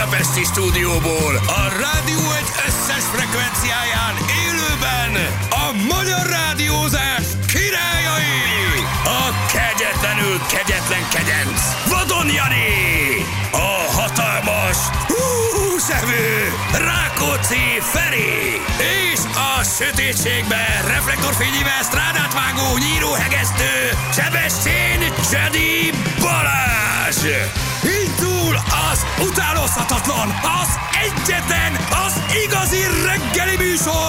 budapesti stúdióból, a rádió egy összes frekvenciáján élőben a magyar rádiózás királyai, a kegyetlenül kegyetlen kegyenc, Vadon Jani, a hatalmas, húsevő Rákóczi Feri, és a sötétségben reflektorfényével strádát vágó nyíróhegesztő Sebestyén Csedi Balázs. Így túl az utánozhatatlan, az egyetlen, az igazi reggeli műsor,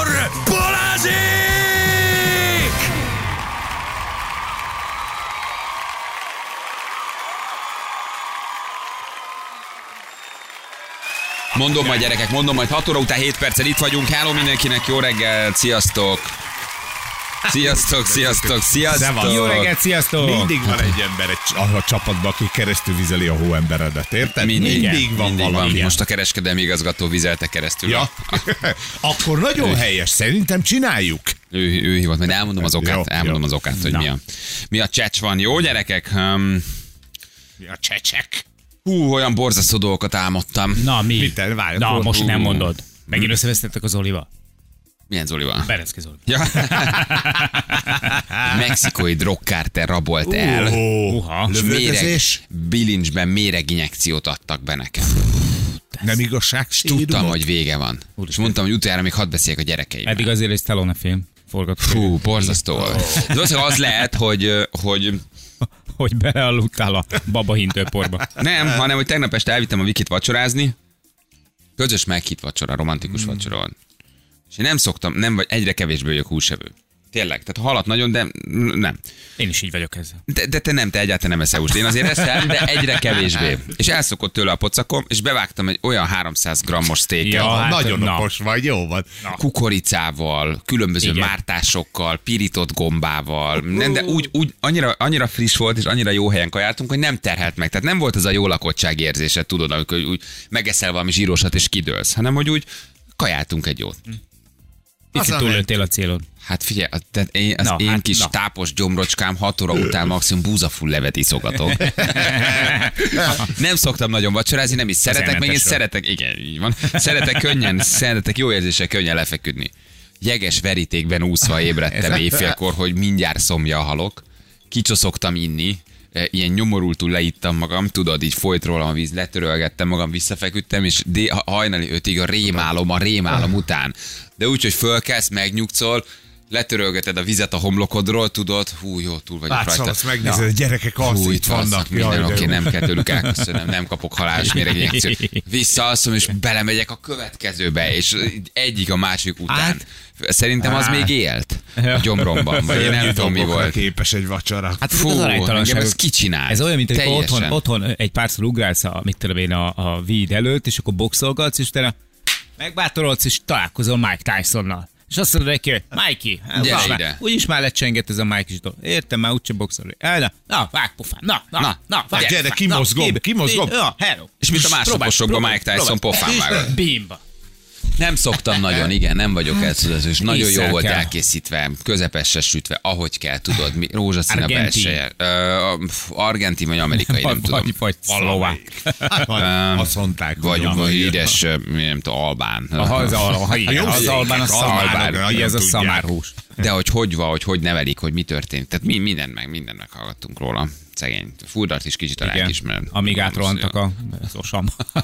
Balázsék! Mondom majd gyerekek, mondom majd 6 óra után 7 perccel itt vagyunk. Hello mindenkinek, jó reggel, sziasztok! Sziasztok. Jó reggelt, sziasztok! Mindig van egy ember a csapatban, aki keresztül vizeli a hóemberedet, érted? Mindig van valami. Most a kereskedelmi igazgató vizelte keresztül. Ja. Akkor nagyon helyes, szerintem csináljuk. Ő hívott, majd elmondom az okát, Jó. hogy mi a csecs van. Jó gyerekek? Mi a csecsek? Olyan borzasztó dolgokat álmodtam. Na, mi? Mit te, várj, Na, akkor- most nem mondod. Megint összevesztettek az Olival? Milyen Zolival? Bereszki Zoli. Ja. Mexikói drogkárter rabolt el. Uha. És Lövöldözés? bilincsben méreginjekciót adtak be nekem. Nem igazság? Tudtam, hogy vége van. És mondtam, hogy utoljára még hadd beszéljek a gyerekeimmel. Eddig azért egy Stallone film forgatott. Fú, borzasztó volt. De valószínűleg az lehet, hogy Hogy belealudtál a babahintőporba. nem, hanem hogy tegnap este elvittem a Vikit vacsorázni. Közös meghitt vacsora, romantikus vacsora van. És én nem szoktam, vagy egyre kevésbé vagyok húsevő. Tényleg, tehát halat nagyon, de nem. Én is így vagyok ezzel. De te egyáltalán nem eszel húst. Én azért eszem, de egyre kevésbé. És elszokott tőle a pocakom, és bevágtam egy olyan 300 grammos sztéket. Ja, hát, Nagyon na. okos vagy, jó van. Kukoricával, különböző Igen. mártásokkal, pirított gombával. Nem, de úgy annyira friss volt, és annyira jó helyen kajáltunk, hogy nem terhelt meg. Tehát nem volt az a jó lakottság érzése, tudod, amikor úgy megeszel valami zsírosat és kidőlsz, hanem hogy úgy kajáltunk egy jót. Picit Az a túllőttél a célod. Hát figyelj, az Na, én hát, kis na. tápos gyomrocskám 6 óra után maximum búzafull levet iszogatok. Nem szoktam nagyon vacsorázni, nem is szeretek, meg én elmentesről. szeretek, igen, így van. Szeretek jó érzéssel könnyen lefeküdni. Jeges verítékben úszva ébredtem éjfélkor, hogy mindjárt szomja halok. Kicsoszogtam inni, ilyen nyomorultul leittam magam, tudod, így folyt rólam a víz, letörölgettem magam, visszafeküdtem, és hajnali 5-ig a rémálom után. De úgy, hogy fölkelsz, megnyugszol, letörölgeted a vizet a homlokodról, tudod, hú, jó, túl vagyok rajta. Látszol, azt megnézed, a gyerekek Hú, alszik itt vannak. minden Jaj, de oké, jó. nem kell tőlük elköszönöm, nem kapok halálos méreginjekciót. Visszaalszom, és belemegyek a következőbe, és egyik a másik után. Szerintem az még élt a gyomromban, vagy én nem Szörnyű tudom, mi dolgokra volt. képes egy vacsora. Hát Fú, ez az aránytalanság. engem ez kicsinált. Ez olyan, mint hogy Teljesen. otthon egy párszor ugrálsz mit tudom én, a víd előtt, és akkor boxolgatsz, és utána megbátorodsz, és találkozol Mike Tysonnal. És azt mondod neki, hogy Mikey, Gyere ide. úgyis már lecsengett ez a Mike is. Értem, már úgyse boxol. Na, vágj pofán, na, gyere, kimozgom. Ja, hello. És mint a másnaposokban Mike Tyson pofán vágott. Bimba. Nem szoktam nagyon, igen, nem vagyok elszülöző, és nagyon jó Észre volt kell. elkészítve, közepesre sütve, ahogy kell, tudod, rózsaszín a Argentin. belseje. Argentin vagy amerikai, nem tudom. Vagy szlovák. Azt mondták, hogy Vagy édes, nem tudom, albán. Az albán a szamár. nagyon Így ez a tudják. szamárhús. De hogy nevelik, hogy mi történt. Tehát mindent meghallgattunk róla. Szegény. Furdart is kicsit a lelkismeret. Amíg átrohantak a szosam.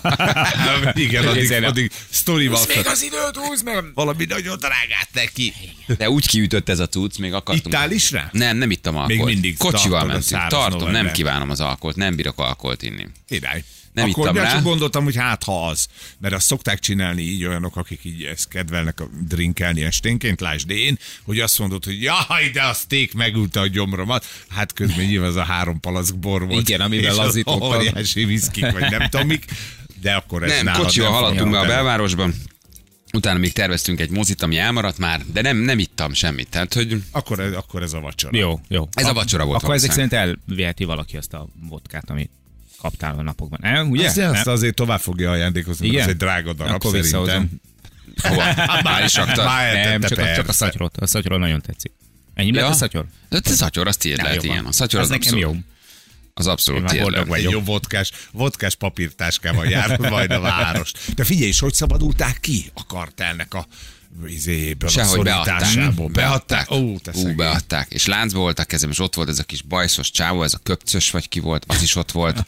Igen, addig sztorival Még az időt húz meg. valami nagyon drágát neki. De úgy kiütött ez a cucc, még akartunk. Ittál is rá? Nem ittam alkoholt. Még mindig Kocsival tartod a mentünk. száraz Tartom, nem november. kívánom az alkoholt, nem bírok alkoholt inni. Király. Nem Akkor ittam rá. csak gondoltam, hogy hát ha az. Mert azt szokták csinálni így olyanok, akik így ezt kedvelnek drinkelni esténként, lásd én, hogy azt mondod, hogy jaj, de a steak megülte a gyomromat. Hát közben nyilván az a 3 palack bor volt. Igen, amivel és lazítottad. óriási viszkik, vagy nem tudom mik. De akkor ez Nem, nálad kocsival nem haladtunk be a fogja. belvárosban. Utána még terveztünk egy mozit, ami elmaradt már, de nem ittam semmit. Tehát, hogy Akkor ez a vacsora. Jó. Ez a vacsora volt Akkor ezek valószínűleg. szerint elviheti valaki azt a vodkát, amit kaptál a napokban. Nem, ugye? Azt azért tovább fogja ajándékozni, mert Igen? ez egy drága darab Akkor szerintem. visszahozom. Hova? Már is raktad? Már Nem, eltette, csak a persze. szatyorot. A szatyorról nagyon tetszik. Ennyi lett a szatyor? A szatyor, az tiéd Na, lehet, jó van. igen. A szatyor Az nekem abszolút. jó. Az abszolút Én már tényleg. boldog Egy vagyok. jó vodkás papírtáskával jár majd a város. De figyelj, és hogy szabadulták ki a kartelnek a izéből, Sehogy a szorításából? beadták. Ó, te szegény. Beadták. És láncba voltak kezem, és ott volt ez a kis bajszos csávó, ez a köpcös vagy ki volt, az is ott volt.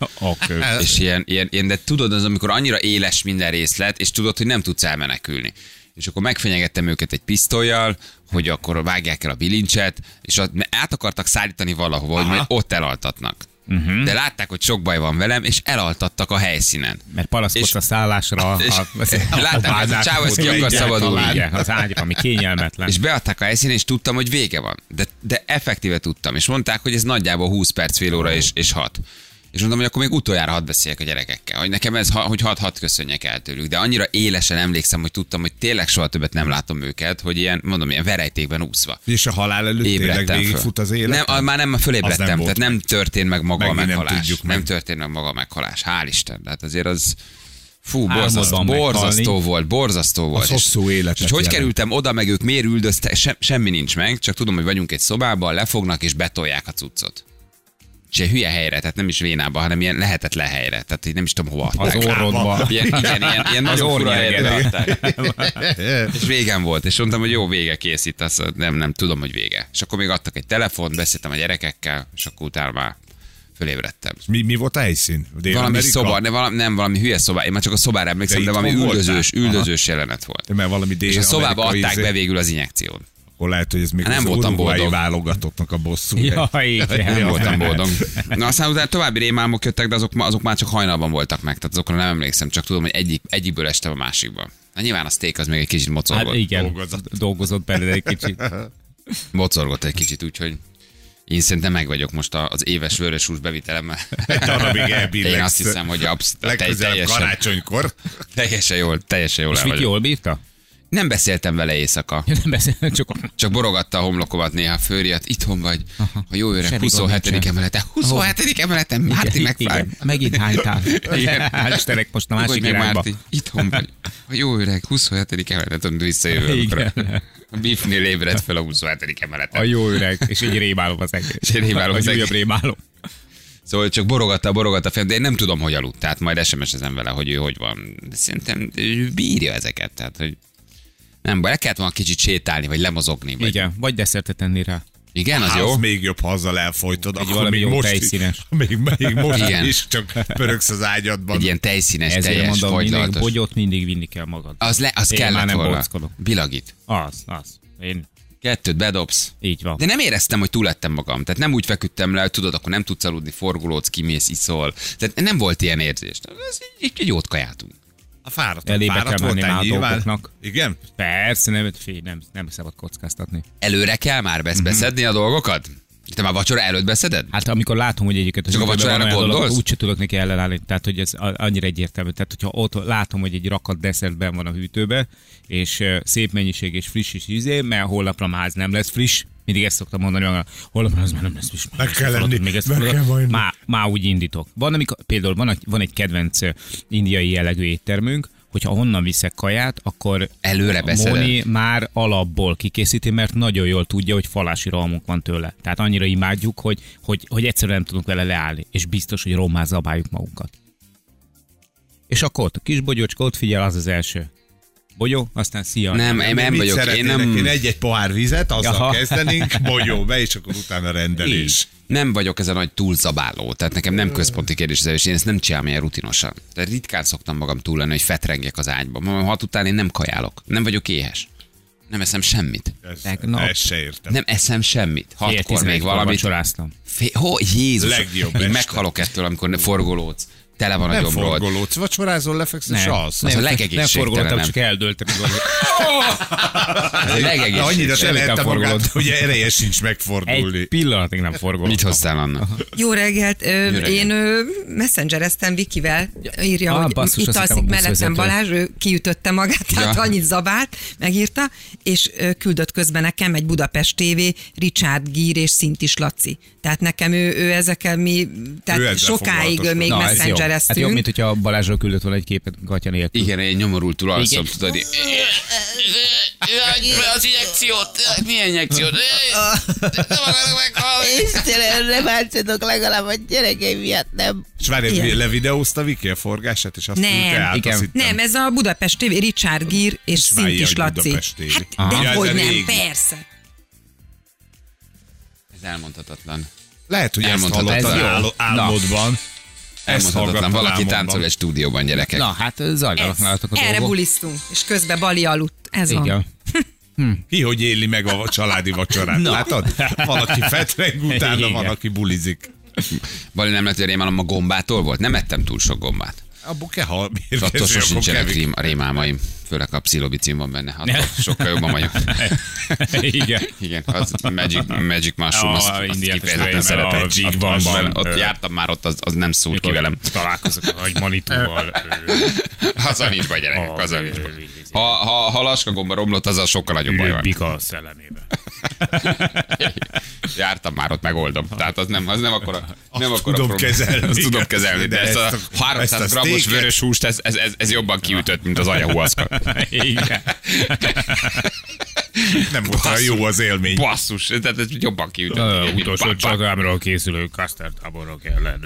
És ilyen, de tudod, az amikor annyira éles minden részlet, és tudod, hogy nem tudsz elmenekülni. És akkor megfenyegettem őket egy pisztollyal, hogy akkor vágják el a bilincset, és át akartak szállítani valahova, hogy majd ott elaltatnak. De látták, hogy sok baj van velem, és elaltattak a helyszínen. Mert panaszkodsz És- a szállásra, látták, hogy ez a csávó, ez ki akar szabadulni. Igen, az ágyra, ami kényelmetlen. És beadták a helyszínen, és tudtam, hogy vége van. De effektíve tudtam. És mondták, hogy ez nagyjából 20 perc, fél óra és 6. És mondtam, hogy akkor még utoljára hadd beszéljek a gyerekekkel. Hogy nekem ez, hogy hadd köszönjek el tőlük. De annyira élesen emlékszem, hogy tudtam, hogy tényleg soha többet nem látom őket, hogy ilyen, mondom, ilyen verejtékben úszva. És a halál előtt tényleg Ébredtem végigfut az élet? Nem, már nem fölébredtem, Az nem tehát volt nem történt meg maga Megint a nem meghalás. tudjuk Nem meg. történt meg maga a meghalás. Hál' Isten. Tehát azért az... Fú, Álmodban borzasztó meghalni. borzasztó volt. Az hosszú életet És hogy jelent. kerültem oda, meg ők miért üldöztek, semmi nincs meg, csak tudom, hogy vagyunk egy szobában, lefognak és betolják a cuccot. És egy hülye helyre, tehát nem is Vénába, hanem ilyen lehetetlen helyre. Tehát így nem is tudom hova adták. Az orrodba. Ilyen nagyon fura helyre ornyelgedre. adták. És végem volt, és mondtam, hogy jó, vége, kész itt, azt nem tudom, hogy vége. És akkor még adtak egy telefont, beszéltem a gyerekekkel, és akkor utána már fölébredtem. Mi volt a helyszín? Valami Dél-Amerika? szoba, nem valami hülye szoba, én már csak a szobára emlékszem, De de valami itthon voltál? üldözős jelenet volt. Mert valami És a dél-amerikai szobába adták izé- be végül az injekciót. Akkor lehet, hogy ez még Nem az voltam uruguayi boldog. válogatottnak a bosszú. Ja, Nem igen. voltam boldog. Na aztán utána további rémálmok jöttek, de azok már csak hajnalban voltak meg, tehát azokra nem emlékszem, csak tudom, hogy egyikből estem a másikba. Na, nyilván a steak az még egy kicsit mocorgott. Hát igen, dolgozott belőle egy kicsit. Mocorgott egy kicsit, úgyhogy én szerintem meg vagyok most az éves vörös hús bevitelemmel. Egy darabig elbillegsz. Én azt hiszem, hogy Legközelebb karácsonykor. teljesen jól És el Viki vagyok. jól bírta? Nem beszéltem vele éjszaka. Nem beszél, Csak borogatta a homlokomat néha fölriadt, itthon vagy, a jó öreg Semmi 27. gond emeleten. 27. emeleten, Márti McFly. igen. Megint hánytál. Igen. Hál' Istennek most a másik Nyugodj meg, irányba. Márti, itthon vagy. A jó öreg 27. emeleten, tudom, visszajövő. Igen. A beefnél ébredt fel a 27. emeleten. A jó öreg, és egy rémálom az egész. És egy rémálom az A újabb egész. rémálom. Szóval csak borogatta fel, de én nem tudom, hogy aludt. Tehát majd SMS-ezem vele, hogy ő hogy van. De szerintem ő bírja ezeket. Tehát, hogy nem baj, le kellett volna kicsit sétálni, vagy lemozogni. Vagy... Igen, vagy desszertet tenni rá. Igen, az jó. Az még jobb, ha azzal elfolytod. Akkor valami még jó most tejszínes. Még most Igen. is csak pöröksz az ágyadban. Egy ilyen tejszínes, Ezért teljes, mondom, mindig fagylaltos. bogyót mindig vinni kell magad. Az Én már kellett nem volna. bockodom. Bilagit. Az. Én 2 bedobsz. így van. De nem éreztem, hogy túlettem magam. Tehát nem úgy feküdtem le, hogy tudod, akkor nem tudsz aludni, forgolódsz, kimész, iszol. Tehát nem volt ilyen érzés. Ez egy jót kajáltunk. A fáradt. Elébe fáradt kell menni voltál már a nyilván. dolgoknak. Igen? Persze, nem szabad kockáztatni. Előre kell már beszedni a dolgokat? Te már vacsora előtt beszeded? Hát amikor látom, hogy egyébként Csak a vacsorára gondolsz? úgyse tudok neki ellenállni, tehát hogy ez annyira egyértelmű. Tehát, hogyha ott látom, hogy egy rakat desszertben van a hűtőbe, és szép mennyiség és friss is ízé, mert holnapra már ez nem lesz friss. Mindig ezt szoktam mondani, hogy holnapra az már nem lesz friss. Meg kell lenni, Még ezt meg kell majd. már úgy indítok. Például van egy kedvenc indiai jellegű éttermünk, hogyha onnan viszek kaját, akkor Előre beszeded. Moni már alapból kikészíti, mert nagyon jól tudja, hogy falási rohamunk van tőle. Tehát annyira imádjuk, hogy egyszerűen nem tudunk vele leállni, és biztos, hogy rommá zabáljuk magunkat. És akkor ott a kis bogyócska ott figyel, az az első. Bogyó, aztán szia. Nem, én nem Mit vagyok. Én szeretnének? nem, Én egy pohár vizet, azzal Aha. kezdenénk, bogyó be, és akkor utána rendelés. nem vagyok ez a nagy túlzabáló. Tehát nekem nem központi kérdés ez, és én ezt nem csinálom ilyen rutinosan. Tehát ritkán szoktam magam túl lenni, hogy fetrengjek az ágyba. 6 után én nem kajálok. Nem vagyok éhes. Nem eszem semmit. Ezt se értem. Nem eszem semmit. 6-kor még valamit. vacsoráztam. Jézus, Legjobb így este. meghalok ettől, amikor forgolódsz. Tele van a Nem gyomrod. forgolódsz, vacsorázol, lefeksz, és az. Az a Nem legegészségtelenebb. forgoltam, csak eldőltem. Ez a Annyira legegészségtelenebb. Semmit telette nem magát, forgolod. hogy ereje sincs megfordulni. Egy pillanatig nem forgoltam. Mit hoztál, Anna? Jó reggelt, reggelt. én messengereztem Vikivel, írja, Ah, hogy basszus, itt azt alszik hittem a mellettem buszvezető. Balázs, ő kiütötte magát, tehát Ja. annyit zabált, megírta, és küldött közben nekem egy Budapest TV, Richard Gír és Szintis Laci. Tehát nekem ő ezekkel Ő tehát ezzel sokáig foglalkoztat. még Na, ez jó. cseresztünk. Hát jobb, mint hogyha Balázsról küldött volna egy képet gatya nélkül. Igen, én nyomorultul alszom, Igen. tudod. Az injekciót, milyen injekciót? Nem akarok meghalni. Istenem, ne bántsatok legalább a gyerekeim miatt, nem. És várj, Igen. levideózta Viki a forgását, és azt küldte át, Igen. azt hittem. Nem, ez a Budapest TV, Richard Gere és Szintis hogy Laci. Budapest TV. Hát, Aha. Ja, ez dehogy a nem, régi. persze. Ez elmondhatatlan. Lehet, hogy ezt Elmondhatatlan. hallottad Ez jó. álmodban. Elmondhatatlan. Valaki álmomban. táncol egy stúdióban, gyerekek. Na, hát zajlanak nálatok a Erre dolgok. bulisztunk, és közben Bali aludt. Ez van. Igen. Ki, hogy éli meg a családi vacsorát, látod? Valaki fetreng, utána Igen. van, aki bulizik. Bali nem lett, hogy rémálom a gombától volt? Nem ettem túl sok gombát. Abból kell, ha És attól mérgező, akkor sincsenek kevés. a rémálmaim. Főleg a pszilobicin van benne. Attól sokkal jobban vagyok. Igen. Igen, az Magic Mushroom, azt Indiát kifejezetten is szeretem. a Vigbanban. Ott jártam már, ott az nem szólt ki velem. Találkozok a nagy manitúval. Haza nincs baj, gyerekek, haza nincs baj. Ha laskagomba romlott, azzal sokkal nagyobb baj van. Bika szellemébe. Jártam már, ott megoldom. Tehát az nem akkora tudom kezelni. Azt tudom kezelni, de De ezt a ezt a 300 grammos sztéket- vörös húst, ez jobban kiütött, mint az ayahuasca. Igen. Nem volt olyan jó az élmény. Basszus, tehát ez jobban kiütött. Utolsó csatámról készülő Custer táborok ellen.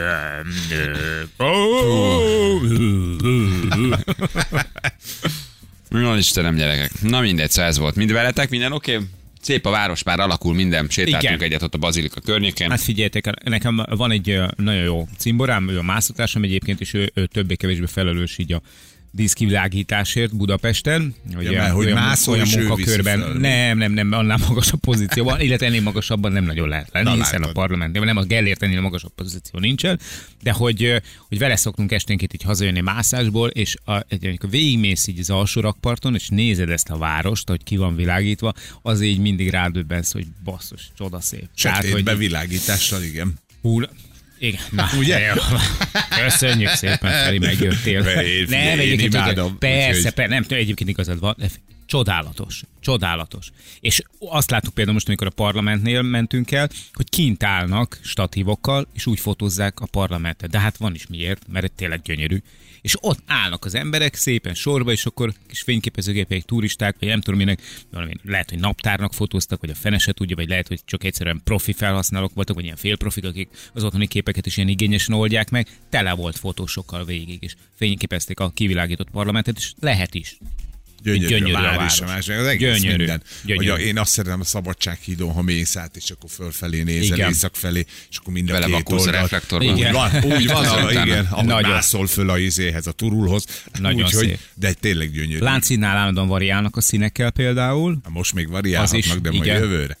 Jó Istenem, gyerekek. Na mindegy, szóval ez volt. Mind veletek, minden oké? Szép a város, már alakul minden. Sétáltunk Igen. egyet ott a Bazilika környékén. Hát figyeljetek, nekem van egy nagyon jó cimborám, ő a mászótársam egyébként, és ő többé-kevésbé felelős így a díszkivilágításért Budapesten. mert hogy mászol, olyan és ő munkakörben. viszi fel. Nem, annál magasabb pozícióban, illetve ennél magasabban nem nagyon lehet lenni, Na, hiszen látod. a parlamentben nem a Gellért ennél magasabb pozíció nincsen, de hogy vele szoktunk esténként így hazajönni mászásból, és amikor végigmész így az alsó rakparton, és nézed ezt a várost, hogy ki van világítva, az így mindig rádöbbensz, hogy basszus, csodaszép. Sötétbe világítással, igen. Hú, igen, na, Ugye? jó. Köszönjük szépen, Feri, megjöttél. Figyelj, én imádom, Persze, úgyhogy- nem, egyébként igazad van. Csodálatos, csodálatos. És azt láttuk például most, amikor a parlamentnél mentünk el, hogy kint állnak statívokkal, és úgy fotózzák a parlamentet. De hát van is miért, mert ez tényleg gyönyörű. És ott állnak az emberek szépen sorba, és akkor kis fényképezőgépek, turisták, vagy nem tudom minek, valami, lehet, hogy naptárnak fotóztak, vagy a fene se tudja, vagy lehet, hogy csak egyszerűen profi felhasználók voltak, vagy ilyen félprofik, akik az otthoni képeket is ilyen igényesen oldják meg. Tele volt fotósokkal végig, és fényképezték a kivilágított parlamentet, és lehet is. Gyönyörű a a város, város. az egész Gyönyörű. minden. Gyönyörű. Hogy én azt szeretem a Szabadsághídon, ha mész át, és akkor fölfelé nézel, Igen. észak felé, és akkor mind a Vele két vakulsz a oldal. reflektorban. Úgy Igen. van, úgy van, Aztán igen, ahogy nagyon. mászol föl a izéhez, a turulhoz. Nagyon Úgyhogy, szép. de tényleg gyönyörű. Láncszínnál állandóan variálnak a színekkel például. Most még Az variálhatnak, is, de majd igen. jövőre.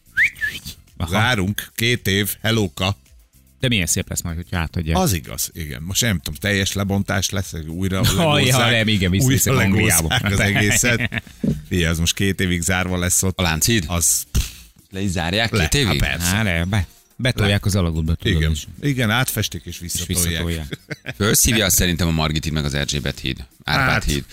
Aha. Zárunk, 2 év, helóka. De milyen szép lesz majd, hogy átadja. Az igaz, igen. Most nem tudom, teljes lebontás lesz, újra Ja, legózzák, nem, igen, visszaviszek újra Angliába. legózzák az egészet. Igen, az most 2 évig zárva lesz ott. A Lánchíd? Az, Le is zárják Le, 2 évig? hát persze. Há, betolják az alagútba, tudod igen, is. igen, átfestik és És visszatolják. visszatolják. Fölszívja azt szerintem a Margit híd, meg az Erzsébet híd. Árpád Hát. híd.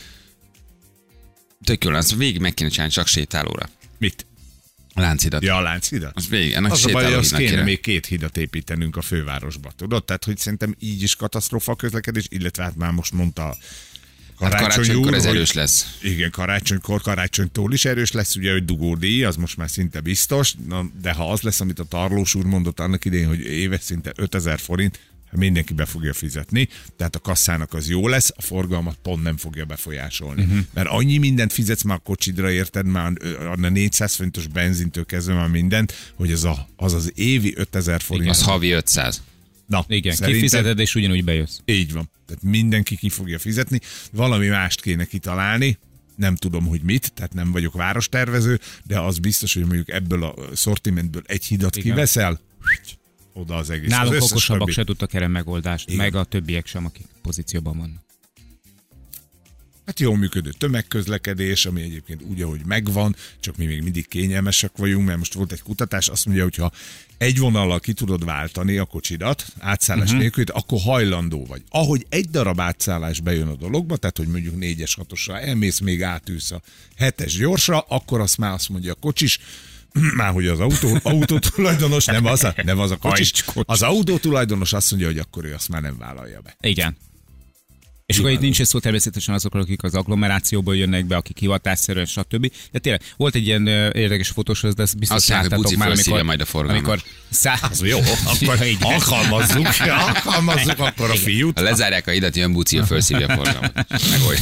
Tök jó lesz, végig meg kéne csinálni csak sétálóra. Mit? A Lánchidat. Ja, a Lánchídat? Az végig, ennek Az a baj, hogy sétáló azt hídnak kéne kéne. még 2 hidat építenünk a fővárosba, tudod? Tehát, hogy szerintem így is katasztrófa a közlekedés, illetve hát már most mondta Hát Karácsony karácsonykor úr, ez hogy- erős lesz. Igen, karácsonytól is erős lesz, ugye, hogy dugódíj, az most már szinte biztos, na, de ha az lesz, amit a Tarlós úr mondott annak idején, hogy éves szinte 5000 forint, mindenki be fogja fizetni, tehát a kasszának az jó lesz, a forgalmat pont nem fogja befolyásolni. Mert annyi mindent fizetsz már a kocsidra, érted, már a 400 forintos benzintől kezdve már mindent, hogy az évi 5000 forint. Az havi 500. Na, Igen, szerinted- kifizeted, és ugyanúgy bejössz. Így van. Tehát mindenki ki fogja fizetni. Valami mást kéne kitalálni. Nem tudom, hogy mit, tehát nem vagyok várostervező, de az biztos, hogy mondjuk ebből a szortimentből egy hidat Igen. kiveszel, oda az egész. Nálunk Az összes okosabbak többi. se tudtak erre megoldást, Igen. meg a többiek sem, akik pozícióban vannak. Hát jól működő tömegközlekedés, ami egyébként úgy, ahogy megvan, csak mi még mindig kényelmesek vagyunk, mert most volt egy kutatás, azt mondja, hogy ha egy vonallal ki tudod váltani a kocsidat, átszállás nélkül, akkor hajlandó vagy. Ahogy egy darab átszállás bejön a dologba, tehát hogy mondjuk 4-es, 6-osra elmész, még átülsz a 7-es gyorsra, akkor azt már azt mondja a kocsis, már hogy az autó tulajdonos, nem az a kocsis. Az autó tulajdonos azt mondja, hogy akkor ő azt már nem vállalja be. Igen. És akkor itt nincs szó természetesen azokról, akik az agglomerációból jönnek be, akik hivatásszerűen, stb. De tényleg volt egy ilyen érdekes fotósor, de ezt biztos Azt mondják, hogy láttátok Buci már, felszívja majd a forgalmat. Az jó, akkor alkalmazzuk akkor a fiút. Ha lezárják a hidat, jön Buci, a felszívja a forgalmat. Megold.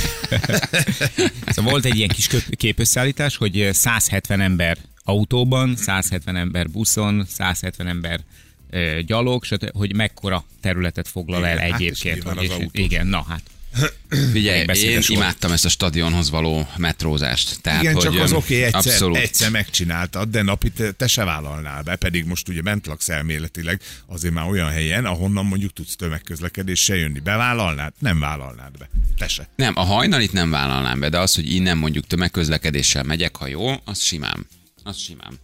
Szóval volt egy ilyen kis képösszállítás, hogy 170 ember autóban, 170 ember buszon, 170 ember gyalog, hogy mekkora területet foglal el Igen, egyébként. hát ez Hogy, igen, na hát. Figyelj, én beszédes volt. imádtam ezt a stadionhoz való metrózást. Tehát, Igen, hogy csak az oké, abszolút. egyszer megcsináltad, de napi te se vállalnál be, pedig most ugye bent laksz elméletileg azért már olyan helyen, ahonnan mondjuk tudsz tömegközlekedéssel jönni. Bevállalnád? Nem vállalnád be. Te se. Nem, a hajnalit nem vállalnám be, de az, hogy innen mondjuk tömegközlekedéssel megyek, ha jó, az simán. Az simán.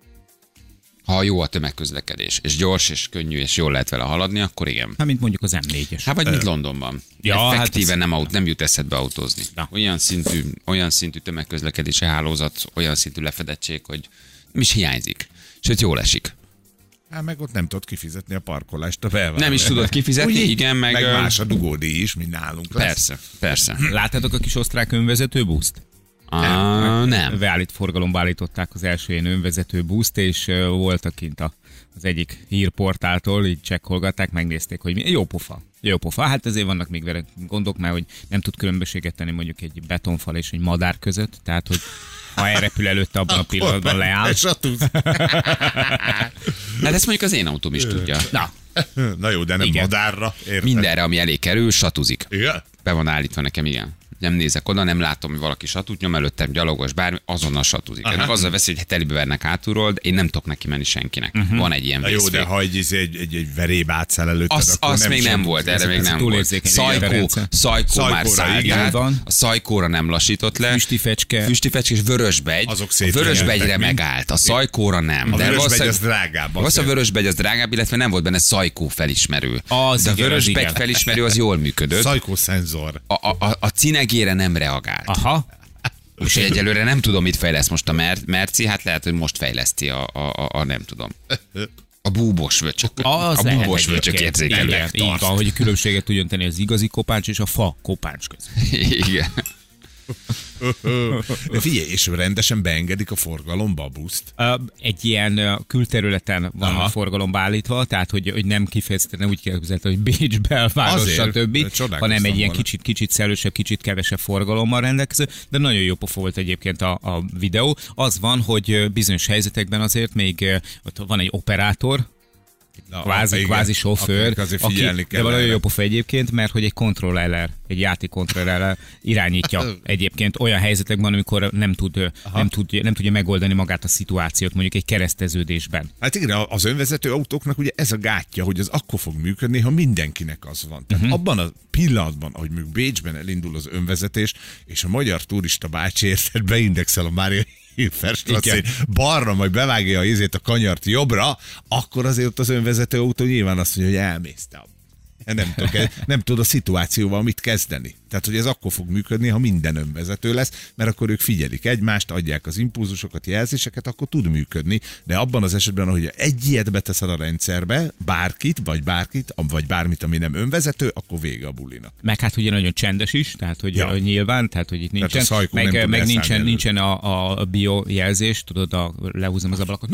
Ha jó a tömegközlekedés, és gyors, és könnyű, és jól lehet vele haladni, akkor igen. Hát, mint mondjuk az M4-es. Hát vagy mint Londonban. Ja, Effektíven hát nem jut eszedbe autózni. Na. Olyan szintű tömegközlekedési hálózat, olyan szintű lefedettség, hogy nem is hiányzik. Sőt, jól esik. Hát meg ott nem tudod kifizetni a parkolást a belvárosban. Nem is tudod kifizetni, Úgy, igen, meg más a dugódíj is, mint nálunk lesz. persze, persze. Láttátok a kis osztrák önvezető buszt? Nem. Forgalomba állították az első ilyen önvezető buszt, és voltak kint az egyik hírportáltól, így csekkolgatták, megnézték, hogy jó pofa. Jó pofa. Hát ezért vannak még vele gondok, mert hogy nem tud különbséget tenni mondjuk egy betonfal és egy madár között, tehát hogy ha elrepül előtte, abban a pillanatban leáll. És a tusz. Hát ezt mondjuk az én autóm is tudja. Na jó, de nem Igen. madárra. Érted? Mindenre, ami elé kerül, satuzik. Igen? Be van állítva nekem, igen. Nem nézek oda, nem látom, hogy valaki satút nyom előttem, gyalogos, bármi, azonnal satuzik. Ennek azzal veszi, hogy telibe vernek hátulról, de én nem tudok neki menni senkinek. Van egy ilyen Na jó, vészfék. de ha egy veréb átszel előtted, akkor Az nem még nem sem volt, tudsz erre még nem volt. túlérzékeny rendszer. Szajkó már Szajkóra, szállt igen. át, Van. a szajkóra nem lassított le. Füstifecske. Füstifecske és vörösbegy. Azok A szép vörösbegyre lengettek, mi? megállt, a szajkóra nem. A De vörösbegy valószínűleg- az drágább. Valószínűleg a azért. vörösbegy az drágább, illetve nem volt benne szajkó felismerő. Az de a igen, az vörösbegy igen. felismerő az jól működött. Szajkószenzor. A cinegére nem reagált. Aha. És egyelőre nem tudom, mit fejleszt most a Merci, hát lehet, hogy most fejleszti a nem tudom. A búbos vöcsök. Az A lehet búbos vöcsök egyébként. érzékelőek. Igen, így van, hogy különbséget tudjon tenni az igazi kopáncs és a fa kopáncs között. Igen. De figyelj, és rendesen beengedik a forgalomba a buszt. Egy ilyen külterületen van Aha. a forgalomba állítva, tehát hogy nem kifejezetten nem úgy kell elképzelni, hogy Bécs belváros, Azért, stb., csodálkoztam hanem egy ilyen volna. kicsit szellősebb, kicsit kevesebb forgalommal rendelkező, de nagyon jó pofa volt egyébként a videó. Az van, hogy bizonyos helyzetekben azért még ott van egy operátor, Igen, kvázi sofőr, akinek azért figyelni kell de valami erre. jó pofa egyébként, mert hogy egy kontroller, egy játékkontroller irányítja egyébként olyan helyzetekben, amikor nem tudja megoldani magát a szituációt, mondjuk egy kereszteződésben. Hát igen, az önvezető autóknak ugye ez a gátja, hogy az akkor fog működni, ha mindenkinek az van. Tehát abban a pillanatban, ahogy mondjuk Bécsben elindul az önvezetés, és a magyar turista bácsi érted beindexel a Mária Hilferstrasszén, balra, majd bevágja a izét a kanyart jobbra, akkor azért ott az önvezető autó nyilván azt mondja, hogy elmész te. Nem tud a szituációval mit kezdeni. Tehát, hogy ez akkor fog működni, ha minden önvezető lesz, mert akkor ők figyelik egymást, adják az impulzusokat, jelzéseket, akkor tud működni. De abban az esetben, hogy egy ilyet beteszed a rendszerbe, bárkit, vagy bármit, ami nem önvezető, akkor vége a bulinak. Meg hát ugye nagyon csendes is, tehát hogy nyilván, tehát hogy itt Tehát a nincsen, szajkó nem tud meg elszállni nincsen a biojelzés, tudod, lehúzom az ablakot.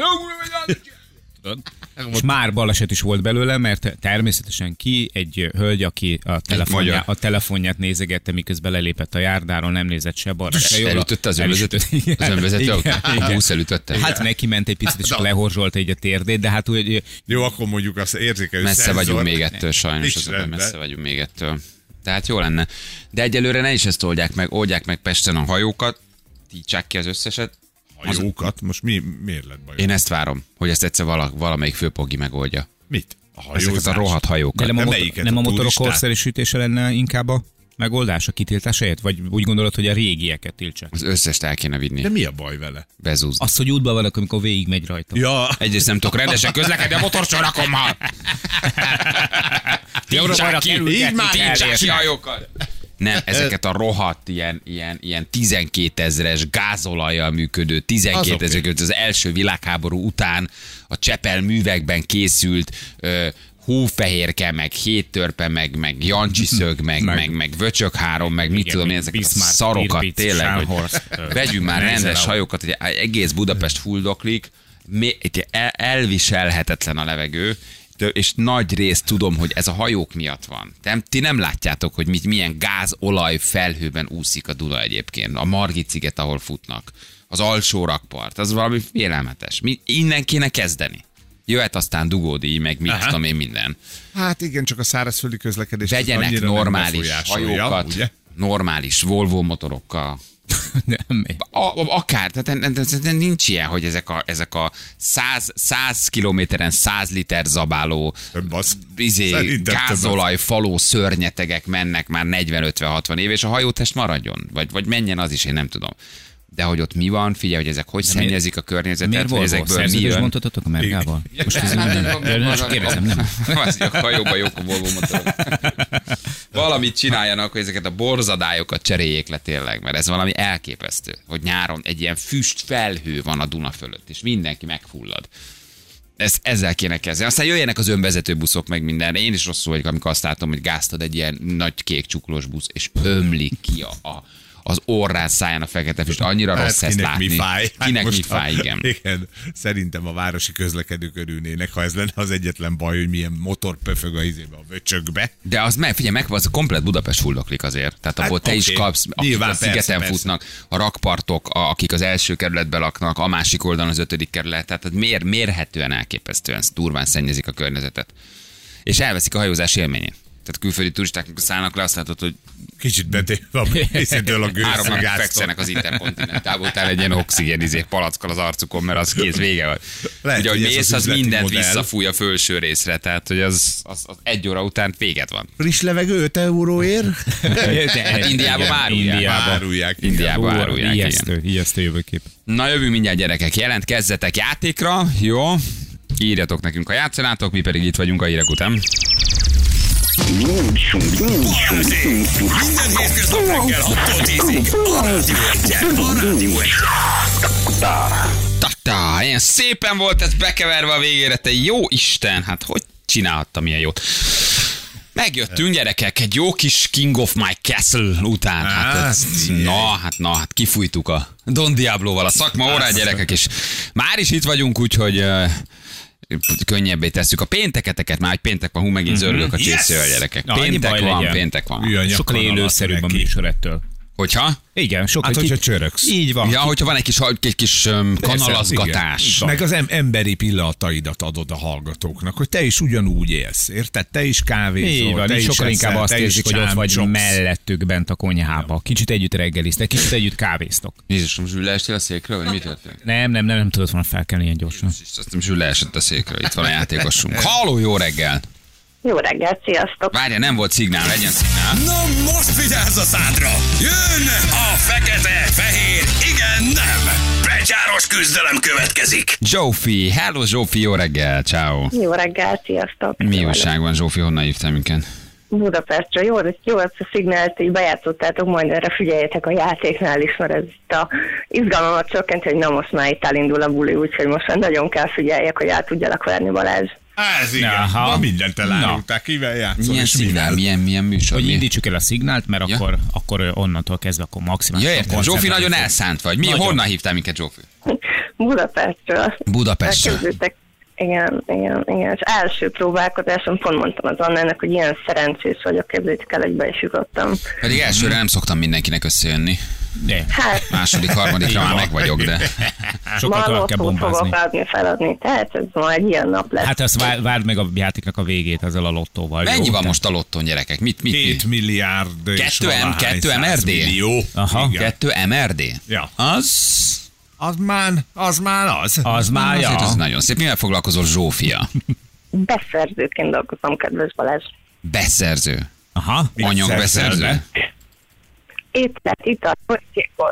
És már baleset is volt belőle, mert természetesen egy hölgy, aki a telefonját nézegette, miközben lelépett a járdáról, nem nézett se balra, se jobbra. Elütötte az önvezető autó? A busz elütötte? Hát neki ment egy picit, és lehorzsolta egy a térdét, de hát úgy... Jó, akkor mondjuk azt érzékelő Messze szenzor. vagyunk még ettől, sajnos, Nincs azok, rendben. messze vagyunk még ettől. Tehát jó lenne. De egyelőre ne is ezt oldják meg Pesten a hajókat, títsák ki az összeset. Hajókat? Most miért lett baj? Én ezt várom, hogy ezt egyszer valamelyik főpogi megoldja. Mit? A Ezeket a hajózás? rohadt hajókat. De melyiket, nem a a motorok turistát? korszerűsítése lenne inkább a megoldás, a kitiltás helyett? Vagy úgy gondolod, hogy a régieket tiltsák? Az összest el kéne vinni. De mi a baj vele? Bezúzni. Az, hogy útban vannak, amikor végig megy rajta. Ja, Egyrészt nem tudok rendesen közlekedni a motorsorakommal. Jobbra-balra kerülgetni kell, Títsák ki érted? hajókat. Nem, ezeket a rohadt ilyen 12 000-es gázolajjal működő, 12 000 az első világháború után a Csepel művekben készült hófehérke, meg héttörpe, meg jancsiszög, meg vöcsök három, meg mit tudom én, ezek a szarokat tényleg, hogy vegyünk már rendes hajókat, hogy egész Budapest fulldoklik, elviselhetetlen a levegő, és nagy részt tudom, hogy ez a hajók miatt van. Ti nem látjátok, hogy milyen gáz-olaj felhőben úszik a Duna egyébként. A Margit-sziget, ahol futnak. Az alsó rakpart. Az valami félelmetes. Innen kéne kezdeni. Jöhet aztán dugódíj, meg mit tudom én minden. Hát igen, csak a szárazföldi közlekedés. Vegyenek normális hajókat, ugye? Normális Volvo motorokkal. Akár, tehát nincs ilyen, hogy ezek a 100 kilométeren 100 liter zabáló gázolaj faló szörnyetegek mennek már 40-50-60 év, és a hajótest maradjon, vagy menjen az is, én nem tudom. De hogy ott mi van, figyelj, hogy ezek hogy szennyezik a környezetet, hogy ezekből mi jön. Mondhatatok a Mergával? Most ez nem kérdezem, nem. A hajóban jók a Volvo motorok. Valamit csináljanak, hogy ezeket a borzadályokat cseréljék le tényleg, mert ez valami elképesztő, hogy nyáron egy ilyen füst felhő van a Duna fölött, és mindenki megfullad. Ezzel kéne kezdeni. Aztán jöjjenek az önvezető buszok, meg minden. Én is rosszul vagyok, amikor azt látom, hogy gáztad egy ilyen nagy kék csuklós busz, és ömlik ki az orrán, száján a fekete füst. Annyira rossz ezt látni. Kinek mi fáj, igen. Igen. Szerintem a városi közlekedők örülnének, ha ez lenne az egyetlen baj, hogy milyen motor pöfög a vöcsökbe. De az az a komplet Budapest fulloklik azért. Tehát abból te is kapsz, akik a szigeten futnak, a rakpartok, akik az első kerületben laknak, a másik oldalon az 5. kerület. Tehát mérhetően elképesztően durván szennyezik a környezetet. És elveszik a hajózás élményét. Tehát külföldi turisták, amikor szállnak le, azt látod, hogy kicsit betéve a részétől a gőzszagáztól. Háromnak fekszenek az interkontinentából, utána egy ilyen oxigén palackal az arcukon, mert az kész vége van. Lehet, ugye, hogy mész, az mindent modell visszafúj a fölső részre, tehát hogy az 1 óra után véged van. Friss levegő 5 euróért? Hát Indiában árulják. Indiában árulják. Ijesztő jövőkép. Na jövünk mindjárt, gyerekek, jelentkezzetek játékra, jó? Írjatok nekünk, ha játszanátok, mi pedig itt vagyunk a hírek után. Minden hétköznap reggel 6-tól 10-ig a Rádió 1-en. Ilyen szépen volt ez bekeverve a végére, te jó Isten, hát hogy csinálhattam ilyen jót? Megjöttünk, gyerekek, egy jó kis King of My Castle után. Hát kifújtuk a Don Diabloval a szakma órát, gyerekek, és már is itt vagyunk, úgyhogy könnyebbé tesszük a pénteketeket, már egy péntek van, megint zörgök a csészével, gyerek. Péntek van. Sokkal élőszerűbb a műsor ettől. Hogyha? Igen, sokkal. Hát, hogyha csöröksz. Így van. Ja, hogyha van egy kis kanalazgatás. Meg az emberi pillanataidat adod a hallgatóknak, hogy te is ugyanúgy élsz, érted? Te is kávézol, van, te is sokkal inkább azt érzik, hogy ott vagy csámcsogsz. Mellettük bent a konyhába. Kicsit együtt reggeliztek, kicsit együtt kávéztok. Jézusom, Zsül, leestél a székről, vagy mi történt? Nem tudod volna felkelni ilyen gyorsan. Azt nem Zsül leesett a székről, itt van a játékosunk. Halló, jó reggel! Jó reggelt, sziasztok! Várja, nem volt szignál, legyen szignál. Na most vigyázz a szádra! Jön a fekete, fehér, igen, nem! Becsáros küzdelem következik! Zsófi, hello Zsófi, jó reggel, ciao. Jó reggelt, sziasztok! Mi újság van, Zsófi, honnan hívtál minket? Budapestről. Jó, ezt a szignált így bejátszottátok, majd erre figyeljetek a játéknál is, mert ez itt a izgalmamat csökkenti, hogy na most már itt elindul a buli, úgyhogy most már nagyon kell figyeljek, hogy el tudjalak verni, Balázs. Ez igen, ma mindent elárulták, kivel játszol, milyen és szignál, milyen műsor? Hogy indítsuk el a szignált, mert akkor onnantól kezdve akkor maximálisan. Ja, értem, Zsófi nagyon elszánt vagy. Honnan hívtál minket, Zsófi? Budapestről. Budapestről. Igen. És első próbálkozáson pont mondtam az Annának, hogy ilyen szerencsés vagyok, képzeljétek el, hogy be is jutottam. Pedig elsőre nem szoktam mindenkinek összejönni. Hát, Második, harmadikra már meg vagyok, de sokkal tovább kell bombázni. Fogok feladni, tehát ez ma egy ilyen nap lesz. Hát azt várd meg a játéknak a végét ezzel a lottóval. Mennyi van most a lottón, gyerekek? 2 milliárd és 2 MRD? millió. Aha. 2 MRD? Ja. Az már. Az már, azért ja. az nagyon szép. Mivel foglalkozol, Zsófia? Beszerzőként dolgozom, kedves Balázs. Beszerző. Aha. Anyagbeszerző. Ételt, italt, csíkot.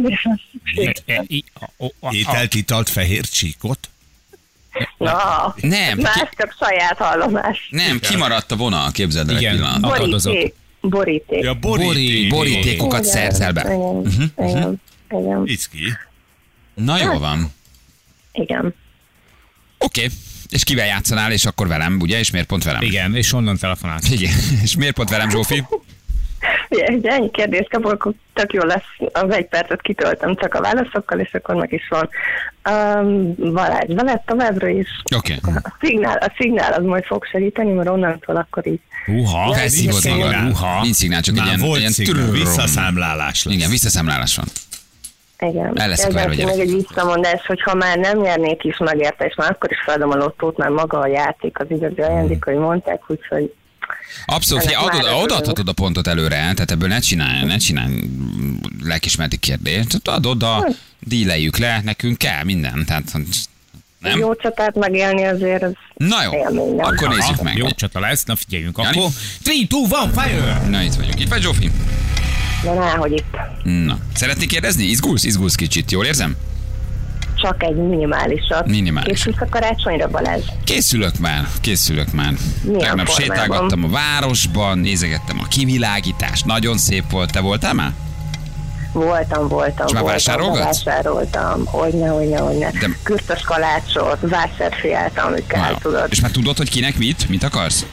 Ételt, italt, fehér csíkot? Na, Nem, más csak saját hallomás. nem, kimaradt a vonal, képzeld el egy pillanat. Akadozott. Boríték. Ja, Borítékokat szerzel be. Igen. Icki. Na jó van. Igen. Oké. És kivel játszanál, és akkor velem, ugye? És miért pont velem? Igen, és onnan telefonálsz. Igen. És miért pont velem, Zsófi? Ugye, ennyi kérdést kapok, akkor tök jó lesz, az 1 percet kitöltöm csak a válaszokkal, és akkor meg is van. Balázs veled továbbra is. Oké. A szignál az majd fog segíteni, mert onnantól akkor így. Uha, Felszívod igen. magad. Nincs szignál, csak egy Már ilyen... volt ilyen szignál, trrrrom. visszaszámlálás lesz. Igen, visszaszámlálás van. Igen. El leszek verve, Meg egy visszamondás, hogy ha már nem nyernék is megérte, és már akkor is feladom a lottót, mert maga a játék az igazi ajándék, hogy mondták, úgyhogy Abszolút, ennek már odaadhatod a pontot előre, tehát ebből ne csinálj lelkismereti kérdést. Adod, díleljük le, nekünk kell minden. Tehát, nem? jó csatát megélni azért, az Na jó, élmény, nem? akkor nézzük meg. Jó csata lesz, na figyeljünk. Jani? Akkor 3, 2, 1, fire! Na itt vagyunk. Itt vagy, Zsófi? De náhogy itt. Na. Szeretnék kérdezni? Izgulsz kicsit, jól érzem? Csak egy minimálisat. Minimális. Készülsz a karácsonyra, Balázs? Készülök már. Milyen Tegnap formában? sétálgattam a városban, nézegettem a kivilágítást, nagyon szép volt. Te voltál már? Voltam. És már vásárolgatsz? Vásároltam. Hogyne. De- Kürtös kalácsot, vásárfiát, amit kell, Wow. tudod. És már tudod, hogy kinek mit akarsz?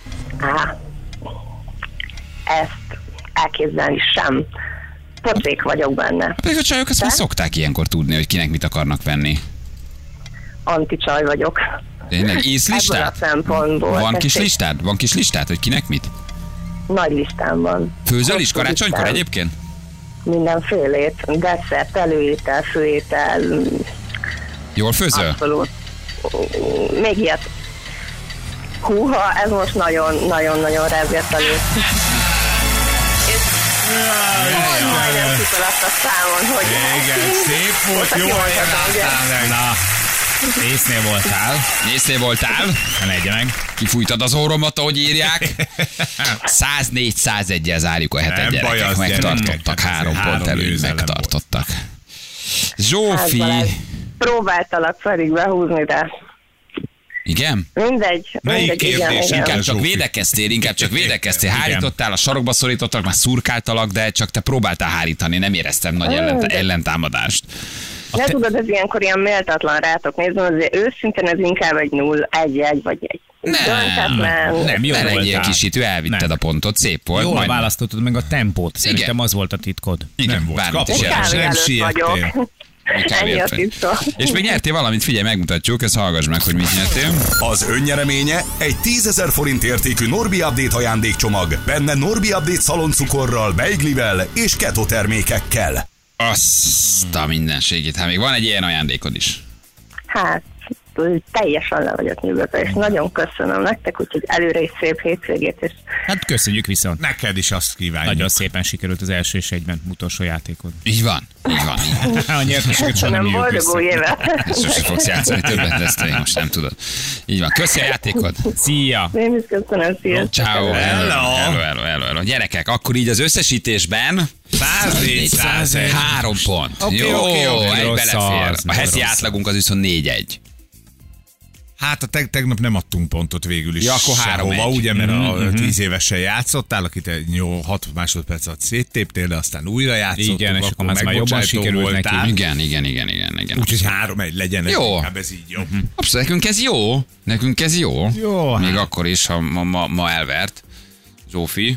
Ezt elképzelni sem. Pocék vagyok benne. Pedig a csajok ezt már szokták ilyenkor tudni, hogy kinek mit akarnak venni. Anticsaj vagyok. Tényleg? Ebből a Ízlistát? szempontból. Van kis Tessék, listád? Van kis listád, hogy kinek mit? Nagy listám van. Főzöl is Hosszú karácsonykor listám. egyébként? Mindenfélét. Desszert, előétel, főétel. Jól főzöl? Abszolút. Még ilyet. Húha, ez most nagyon rezgett elő. Majdnem kitaladt a számon, hogy... Igen, szép volt, jó helyen álltál meg. Na, észnél voltál? Ne legyen meg. Kifújtad az orromat, ahogy írják. 104-101-el zárjuk a hetet, Nem baj, gyerekek. az Megtartottak, gyerekek, 3 három pont előtt győzelem megtartottak. Hát, Zsófi. Balázs, próbáltalak pedig behúzni, de Igen? mindegy. Melyik igen. kérdés? Inkább csak Zsófi. védekeztél, hárítottál, a sarokba szorítottak, már szurkáltalak, de csak te próbáltál hárítani, nem éreztem nagy ellentámadást. De tudod, ez ilyenkor ilyen méltatlan rátok nézni, azért őszintén ez inkább egy 0-1-1 vagy egy. Nem, jó Ne legyél voltál. kisítő, elvitted Nem. a pontot, szép volt. Jól majd- választottad meg a tempót. Szerintem Igen. az volt a titkod. Igen, Nem volt bármit is kapott. jelent. Kávé nem előtt siettél. vagyok. Ennyi a titka. És még nyertél valamit, figyelj, megmutatjuk, ezt hallgass meg, hogy mit nyertél. Az önnyereménye egy 10 000 forint értékű Norbi Update ajándékcsomag. Benne Norbi Update szaloncukorral, beiglivel és keto termékekkel. Azt a mindenségét, hát még van egy ilyen ajándékod is. Hát, teljesen le vagyok nyugodva, és nagyon köszönöm nektek, úgyhogy előre is szép hétvégét, és Hát köszönjük viszont. Neked is azt kívánjuk. Nagyon szépen sikerült az első és egyben utolsó játékod. Így van. A nyerteseket sem nem köszönöm, jövök boldog új vissza. évet! Ezt sose fogsz játszani többet, de ezt én most nem tudod. Így van. Köszi a játékod. Szia! Én is köszönöm, sziasztok! Ciao. Hello. Hello. Gyerekek, akkor így az összesítésben 104-101. 3 pont. Oké, Jó, oké. egy Rossz belefér. az, A heti rossz. átlagunk az viszont 4-1. Hát a tegnap nem adtunk pontot végül is Ja, akkor 3-1. sehova, ugye, mert a 10 évesen játszottál, akit 6 másodperc alatt széttéptél, de aztán újra játszottunk, Igen, és akkor már jobban megbocsájtó sikerült neki. voltál. Igen. Úgyhogy 3-1 legyen, ez Jó. inkább ez így jó. Abszolút, nekünk ez jó. Jó, Még hát. akkor is, ha ma elvert. Zsófi,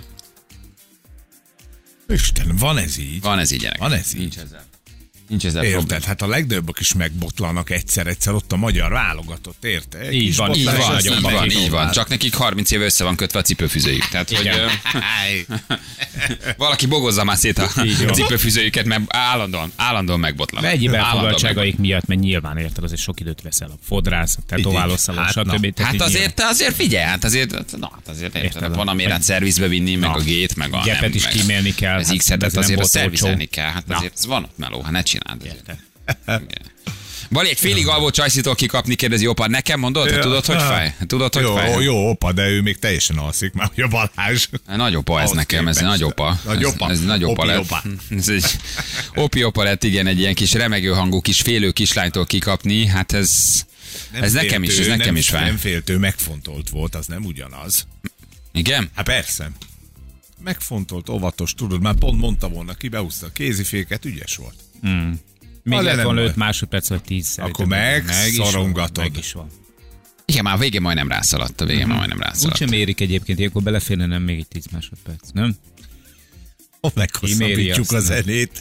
Isten, van ez így. van ez így, gyerek. Van ez így. Nincs ezzel probléma. Érted? Hát a legnagyobbak is megbotlanak egyszer ott a magyar válogatott, érted? Így Kis van, botlás, így van, ez nem nagyon egy így van. tovább. Csak nekik 30 éve össze van kötve a cipőfüzőjük. Tehát, hogy Igen. valaki bogozza már szét a Így van. cipőfüzőjüket, mert állandóan megbotlak. Egyéb Állandóan elfoglaltságaik miatt, mert nyilván érted, azért sok időt veszel a fodrász, a tetoválószalon, Hát, stb. na. Tehát Hát így azért figyelj, azért Érted, érted, van a méret szervizbe vinni, meg a gét, meg a Gepet is kímélni kell, Az hát X-et ez nem azért volt szervizelni olcsó. kell, hát Na. azért ez van ott meló, hát ne csináld. Igen. Bali, egy félig alvó csajszitól kikapni, kérdezi Opa, nekem mondod, hogy tudod, hogy fáj? Tudod, hogy fáj? Jó, opa, de ő még teljesen alszik, már hogy a Balázs. Nagy opa ez Ahhoz nekem, ez egy képest. nagy opa. Nagy opa. Ez nagy opa Opi lett. opa. Ez egy opi opa lett, igen, egy ilyen kis remegő hangú, kis félő kislánytól kikapni, hát ez nekem is fáj. Nem féltő, megfontolt volt, az nem ugyanaz. Igen? Hát persze. megfontolt, óvatos, tudod, már pont mondta volna, ki beúszta a kéziféket, ügyes volt. Még lett nem volna baj. 5 másodperc vagy 10. Akkor megszorongatod. Meg is van. Igen, már a végén majdnem rászaladt. A végén már majdnem rászaladt. Úgysem érik egyébként, ilyenkor beleférne nem még egy 10 másodperc, nem? Meghosszabbítjuk a aztán. zenét.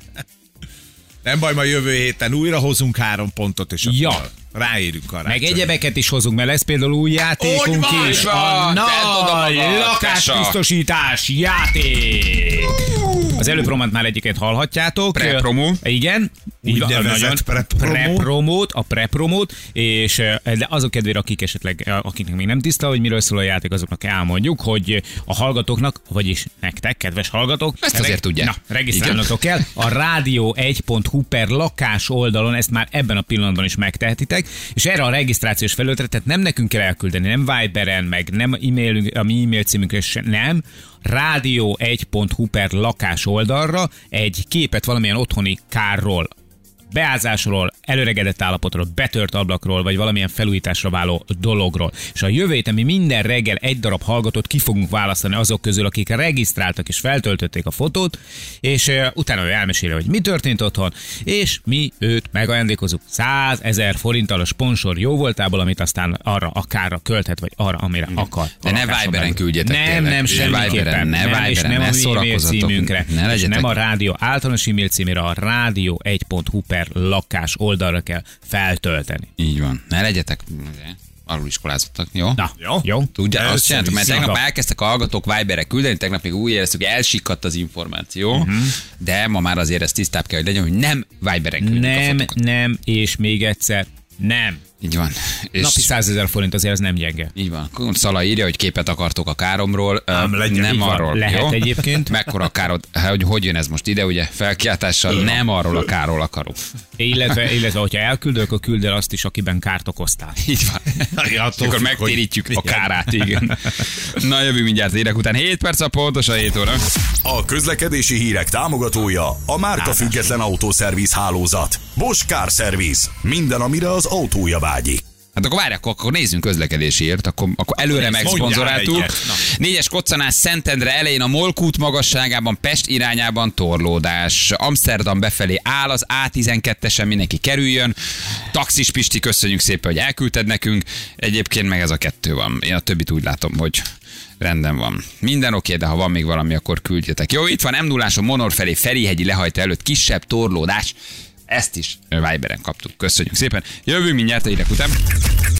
Nem baj, ma jövő héten újra hozunk 3 pontot, és Ja. akkor ráérünk karácsonyra. Meg egyebeket is hozunk, mert lesz például új játékunk Hogy van? is. Van, A tedd oda nagy magad, lakásbiztosítás játék. Az előpromát már egyiket hallhatjátok. Prepromo. Igen. Így van, Úgynevezett prepromo. Prepromót, a prepromót, és de azok kedvére, akik esetleg, akiknek még nem tiszta, hogy miről szól a játék, azoknak elmondjuk, hogy a hallgatóknak, vagyis nektek, kedves hallgatók, Ezt azért tudják. Na, regisztrálnotok kell. A rádió1.hu per lakás oldalon ezt már ebben a pillanatban is megtehetitek, és erre a regisztrációs felületre, tehát nem nekünk kell elküldeni, nem Viberen, meg nem a mi e-mail címünkre sem, nem, rádió1.hu per lakás oldalra egy képet valamilyen otthoni kárról, beázásról, előregedett állapotról, betört ablakról, vagy valamilyen felújításra váló dologról. És a jövő héten mi minden reggel egy darab hallgatót ki fogunk választani azok közül, akik regisztráltak és feltöltötték a fotót, és utána ő elmeséli, hogy mi történt otthon, és mi őt megajándékozunk 100 000 forinttal a sponsor jóvoltából, amit aztán arra a kárra költhet, vagy arra, amire akar. De ne Viberen küldjetek, Nem, kérlek. nem, semmiképpen. Viberen, ne Nem, és Viberen, nem ne a mi e-mail szórakozzatok. címünkre, Ne és legyetek. nem a rádió általános e-mail címére, a rádió1.hu per lakás oldalra kell feltölteni. Így van. Ne legyetek arról iskolázottak, jó? Na, jó? Tudja, azt csináltuk, mert tegnap Szigorú. elkezdtek a hallgatók Viberre küldeni, tegnap még úgy éreztük, hogy elsikkadt az információ, de ma már azért ez tisztább kell, hogy legyen, hogy nem Viberen küldjük a Nem, fotókat. nem, és még egyszer, nem. Így van. És Napi 100 000 forint azért az nem gyenge. így van. Szala írja, hogy képet akartok a káromról. legyen. Nem Így van, arról. lehet jó? egyébként. Mekkora a károd, hogy jön ez most ide, ugye? Felkiáltással nem arról a kárról akarok. Illetve, hogyha elküldök, akkor küld el azt is, akiben kárt okoztál. Így van. Ja, attól Akkor függ, megtérítjük hogy- a kárát, igen. Na, jövünk mindjárt érek után. 7 perc a pontosan 7 óra. A közlekedési hírek támogatója a márka független autószerviz hálózat. Bosch Car Service. Minden, amire az autója vágyik. Hát akkor várják, akkor nézzünk közlekedésért, akkor előre Mondjál megszponzoráltuk. egyet. 4-es Koccanás Szentendre elején a Molkút magasságában, Pest irányában torlódás. Amsterdam befelé áll az A12-esen, mindenki kerüljön. Taxis Pisti, köszönjük szépen, hogy elküldted nekünk. Egyébként meg ez a 2 van. Én a többit úgy látom, hogy rendben van. Minden oké, de ha van még valami, akkor küldjetek. Jó, itt van M0-áson Monor felé Ferihegyi lehajtó előtt kisebb torlódás. Ezt is Viberen kaptuk. Köszönjük szépen. Jövünk mindjárt a hírek után.